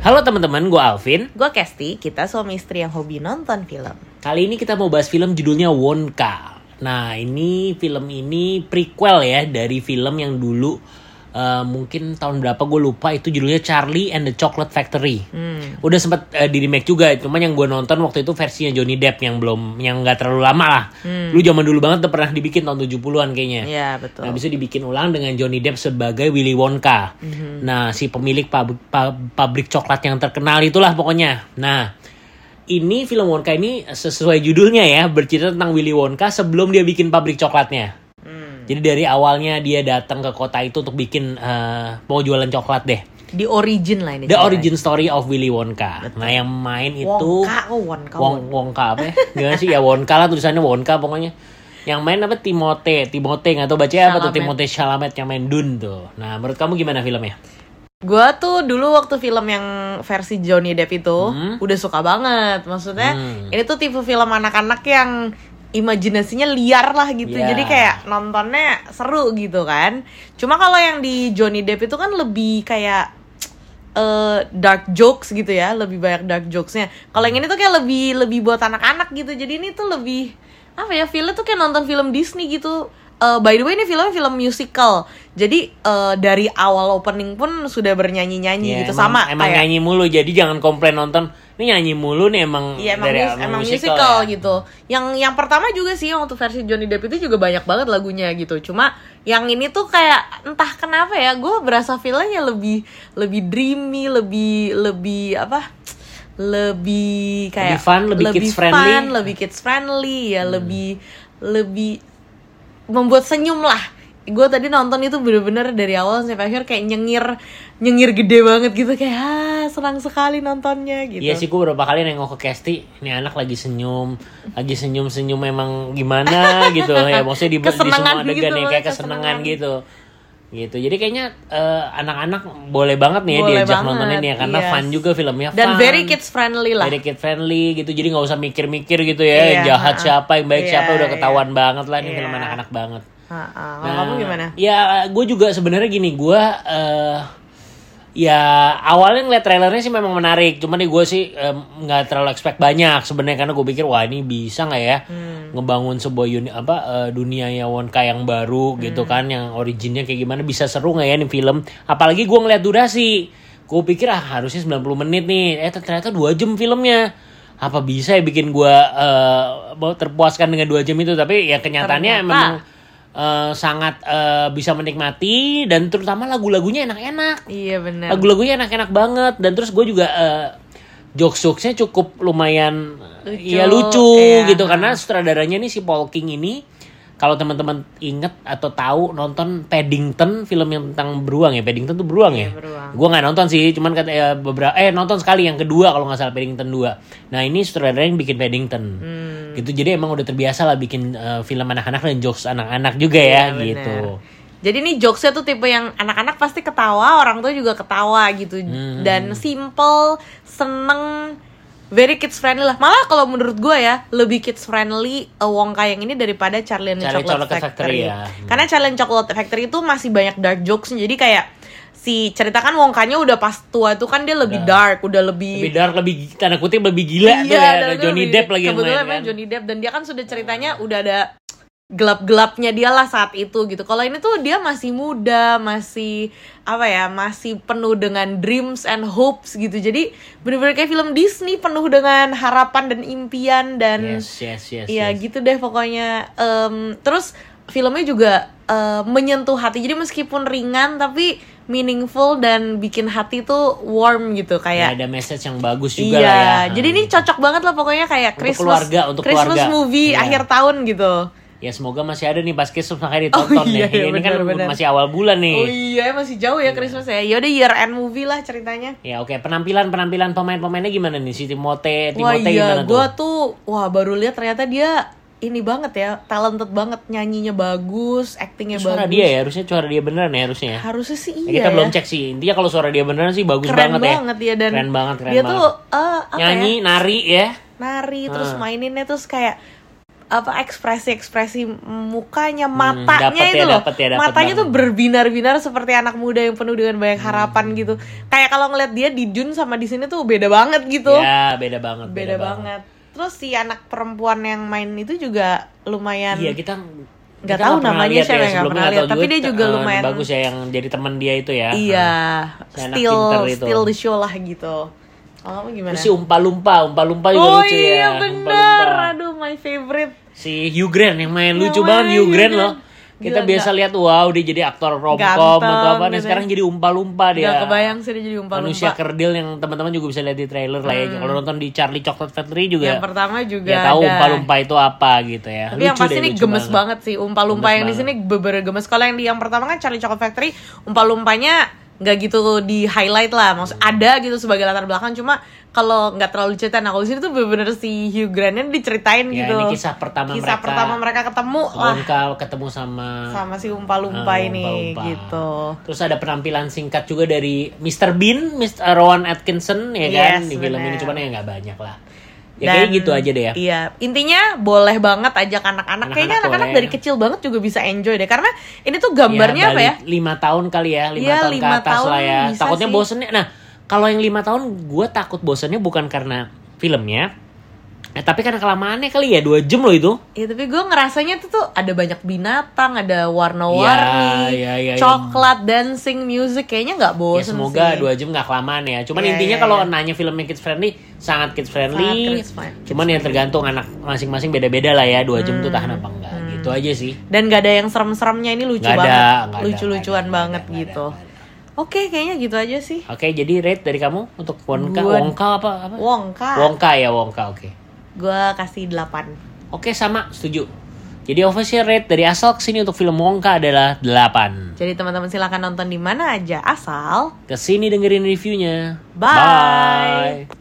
Halo teman-teman, gue Alvin. Gue Kesti, kita suami istri yang hobi nonton film. Kali ini kita mau bahas film judulnya Wonka. Nah, film ini prequel ya dari film yang dulu mungkin tahun berapa gue lupa, itu judulnya Charlie and the Chocolate Factory. Udah sempat di remake juga, cuman yang gue nonton waktu itu versinya Johnny Depp yang nggak terlalu lama lah. Lu zaman dulu banget tuh pernah dibikin tahun 70-an kayaknya. Iya, betul. Nah, bisa dibikin ulang dengan Johnny Depp sebagai Willy Wonka. Nah, si pemilik pabrik coklat yang terkenal itulah pokoknya. Nah, ini film Wonka ini sesuai judulnya ya, bercerita tentang Willy Wonka sebelum dia bikin pabrik coklatnya. Jadi dari awalnya dia datang ke kota itu untuk bikin mau jualan coklat deh. The origin lah ini. The origin story of Willy Wonka. Betul. Nah, yang main itu Wonka apa ya? Gimana sih ya, Wonka lah tulisannya, Wonka pokoknya. Yang main apa? Timothée nggak tahu baca apa tuh, Timothée Chalamet yang main Dune tuh. Nah, menurut kamu gimana filmnya? Gue tuh dulu waktu film yang versi Johnny Depp itu udah suka banget. Maksudnya ini tuh tipe film anak-anak yang imajinasinya liar lah gitu. Jadi kayak nontonnya seru gitu kan. Cuma kalau yang di Johnny Depp itu kan lebih kayak dark jokes gitu ya, lebih banyak dark jokesnya. Kalau yang ini tuh kayak lebih buat anak-anak gitu. Jadi ini tuh lebih apa ya, filmnya tuh kayak nonton film Disney gitu. By the way, ini film musical. Jadi dari awal opening pun sudah bernyanyi-nyanyi gitu. Emang kayak nyanyi mulu. Jadi jangan komplain nonton ini nyanyi mulu nih, emang musical ya. gitu. Yang pertama juga sih waktu versi Johnny Depp itu juga banyak banget lagunya gitu. Cuma yang ini tuh kayak entah kenapa ya, gue berasa filmnya lebih dreamy, lebih apa? Lebih kayak lebih kids friendly ya, lebih membuat senyum lah. Gue tadi nonton itu bener-bener dari awal sampai akhir kayak nyengir gede banget gitu, kayak senang sekali nontonnya gitu. Iya sih, gue beberapa kali nengok ke Kesti, ini anak lagi senyum memang gimana gitu ya, maksudnya di semua adegan gitu, nih kayak kesenangan gitu. Jadi kayaknya anak-anak boleh banget nih ya diajak nonton ini ya, karena fun juga filmnya, dan very kids friendly lah. Very kid friendly gitu, jadi nggak usah mikir-mikir gitu ya, jahat siapa, yang baik siapa, udah ketahuan banget lah, ini film anak-anak banget. Nah, kamu gimana? Ya gue juga sebenarnya gini, gue ya awalnya ngeliat trailernya sih memang menarik, cuman gue sih nggak terlalu expect banyak sebenarnya, karena gue pikir wah ini bisa nggak ya ngebangun sebuah dunia ya Wonka yang baru gitu kan, yang originnya kayak gimana, bisa seru nggak ya nih film. Apalagi gue ngeliat durasi, gue pikir harusnya 90 menit nih, ternyata 2 jam filmnya. Apa bisa ya bikin gue terpuaskan dengan 2 jam itu? Tapi ya kenyataannya memang sangat bisa menikmati, dan terutama lagu-lagunya enak-enak. Iya benar. Lagu-lagunya enak-enak banget, dan terus gue juga jokes-jokesnya cukup lumayan lucu gitu, karena sutradaranya nih si Paul King ini, kalau teman-teman inget atau tahu nonton Paddington, film yang tentang beruang ya. Paddington tuh beruang ya. Gue nggak nonton sih, cuman nonton sekali yang kedua kalau nggak salah, Paddington 2. Nah, ini sutradaranya yang bikin Paddington. Gitu. Jadi emang udah terbiasa lah bikin film anak-anak dan jokes anak-anak juga ya gitu. Jadi ini jokesnya tuh tipe yang anak-anak pasti ketawa, orang tua juga ketawa gitu. Dan simple, seneng, very kids friendly lah. Malah kalau menurut gue ya, lebih kids friendly Wonka yang ini daripada Charlie and the Chocolate Factory ya. Karena Charlie and the Chocolate Factory itu masih banyak dark jokesnya. Jadi kayak si ceritakan Wonkanya udah pas tua itu kan dia lebih dark, lebih tanda kutip lebih gila tuh ya. Ada Johnny Depp lagi yang main. Kebetulan Johnny Depp, dan dia kan sudah ceritanya udah ada gelap-gelapnya dia lah saat itu gitu. Kalau ini tuh dia masih muda, masih penuh dengan dreams and hopes gitu. Jadi bener-bener kayak film Disney, penuh dengan harapan dan impian dan yes. gitu deh pokoknya. Terus filmnya juga menyentuh hati. Jadi meskipun ringan tapi meaningful dan bikin hati tuh warm gitu, kayak ada message yang bagus juga lah ya. Jadi ini cocok banget lah pokoknya, kayak untuk Christmas keluarga. movie akhir tahun gitu. Ya semoga masih ada nih pas Christmas makanya ditonton ini bener, kan masih awal bulan nih. Oh iya, masih jauh ya Christmas ya. Ya udah year end movie lah ceritanya. Ya oke. Penampilan pemain-pemainnya gimana nih? Si Timothée gimana tuh? Gua tuh baru lihat ternyata dia ini banget ya, talented banget, nyanyinya bagus, actingnya bagus. Suara dia ya, harusnya suara dia beneran ya harusnya ya. Harusnya sih iya. Kita belum cek sih. Intinya kalau suara dia beneran sih bagus keren banget ya. Dan keren banget. Dia tuh nyanyi, nari ya. Nari terus maininnya terus kayak ekspresi mukanya, matanya dapet itu ya, loh. dapet Matanya banget. tuh berbinar-binar seperti anak muda yang penuh dengan banyak harapan gitu. Kayak kalau ngeliat dia di Dune sama di sini tuh beda banget gitu. Ya, beda banget. Beda banget. Terus si anak perempuan yang main itu juga lumayan. Iya, kita nggak tahu namanya siapa, ya, nggak pernah lihat. Tapi dia juga lumayan bagus ya yang jadi teman dia itu ya. Iya, si anak pinter itu. still the show lah gitu. Oh, kamu gimana? Terus si Umpa-Lumpa juga lucu ya. Iya bener, aduh my favorite. Si Hugh Grant yang main Yang lucu main banget Hugh Grant Hugh loh. Grant. Kita Gila, biasa lihat wow dia jadi aktor romcom Ganteng, atau apa, dan gitu. sekarang jadi Umpa-Lumpa dia. Gak kebayang sih dia jadi Umpa-Lumpa. Manusia kerdil yang teman-teman juga bisa lihat di trailer lah ya. Kalau nonton di Charlie Chocolate Factory juga. Yang pertama juga ya tahu ada. Umpa-Lumpa itu apa gitu ya. Tapi yang pasti ini gemes banget sih. Umpa-Lumpa Gemes yang di banget. sini bener gemes. Kalau yang di yang pertama kan Charlie Chocolate Factory, Umpa-Lumpanya nggak gitu di highlight lah. Maksud ada gitu sebagai latar belakang, cuma kalau nggak terlalu diceritain. Nah kalau di sini tuh bener-bener si Hugh Grant-nya diceritain ya, gitu. ini kisah pertama mereka ketemu lah Wonka ketemu sama si Umpa-Lumpa ini Umpa-Lumpa. gitu. Terus ada penampilan singkat juga dari Mr. Bean, Mr. Rowan Atkinson ya kan, Yes, di film bener. ini, cuman ya nggak banyak lah. Ya kayak gitu aja deh ya. Iya, intinya boleh banget ajak anak-anak. Kayaknya anak-anak boleh. dari kecil banget juga bisa enjoy deh. Karena ini tuh gambarnya apa ya? 5 tahun kali ya, 5 Iya, tahun ke 5 atas tahun lah ya. bisa Takutnya sih. bosennya. Nah, kalau yang 5 tahun gue takut bosennya bukan karena filmnya. Tapi karena kelamaannya kali ya, 2 jam loh itu. Iya, tapi gue ngerasanya tuh ada banyak binatang, ada warna-warni, Ya. coklat, dancing, music. Kayaknya nggak Ya bosen semoga sih. 2 jam gak kelamaan ya. Cuman Iya, intinya iya, kalau iya. nanya filmnya kids friendly, sangat kids friendly. Sangat kids Cuman ya tergantung anak masing-masing beda-beda lah ya. 2 jam tuh tahan apa enggak. Gitu aja sih. Dan gak ada yang serem-seremnya, ini lucu Nggak ada, banget. nggak ada, Lucu-lucuan nggak ada, banget nggak ada, gitu. nggak ada. Oke, kayaknya gitu aja sih. Oke, jadi rate dari kamu untuk Wonka. Gua- Wonka apa? Wonka. Wonka, oke. Gue kasih 8. Oke, sama, setuju. Jadi official rate dari asal kesini untuk film Wonka adalah 8. Jadi teman-teman silakan nonton di mana aja asal. Kesini dengerin reviewnya. Bye.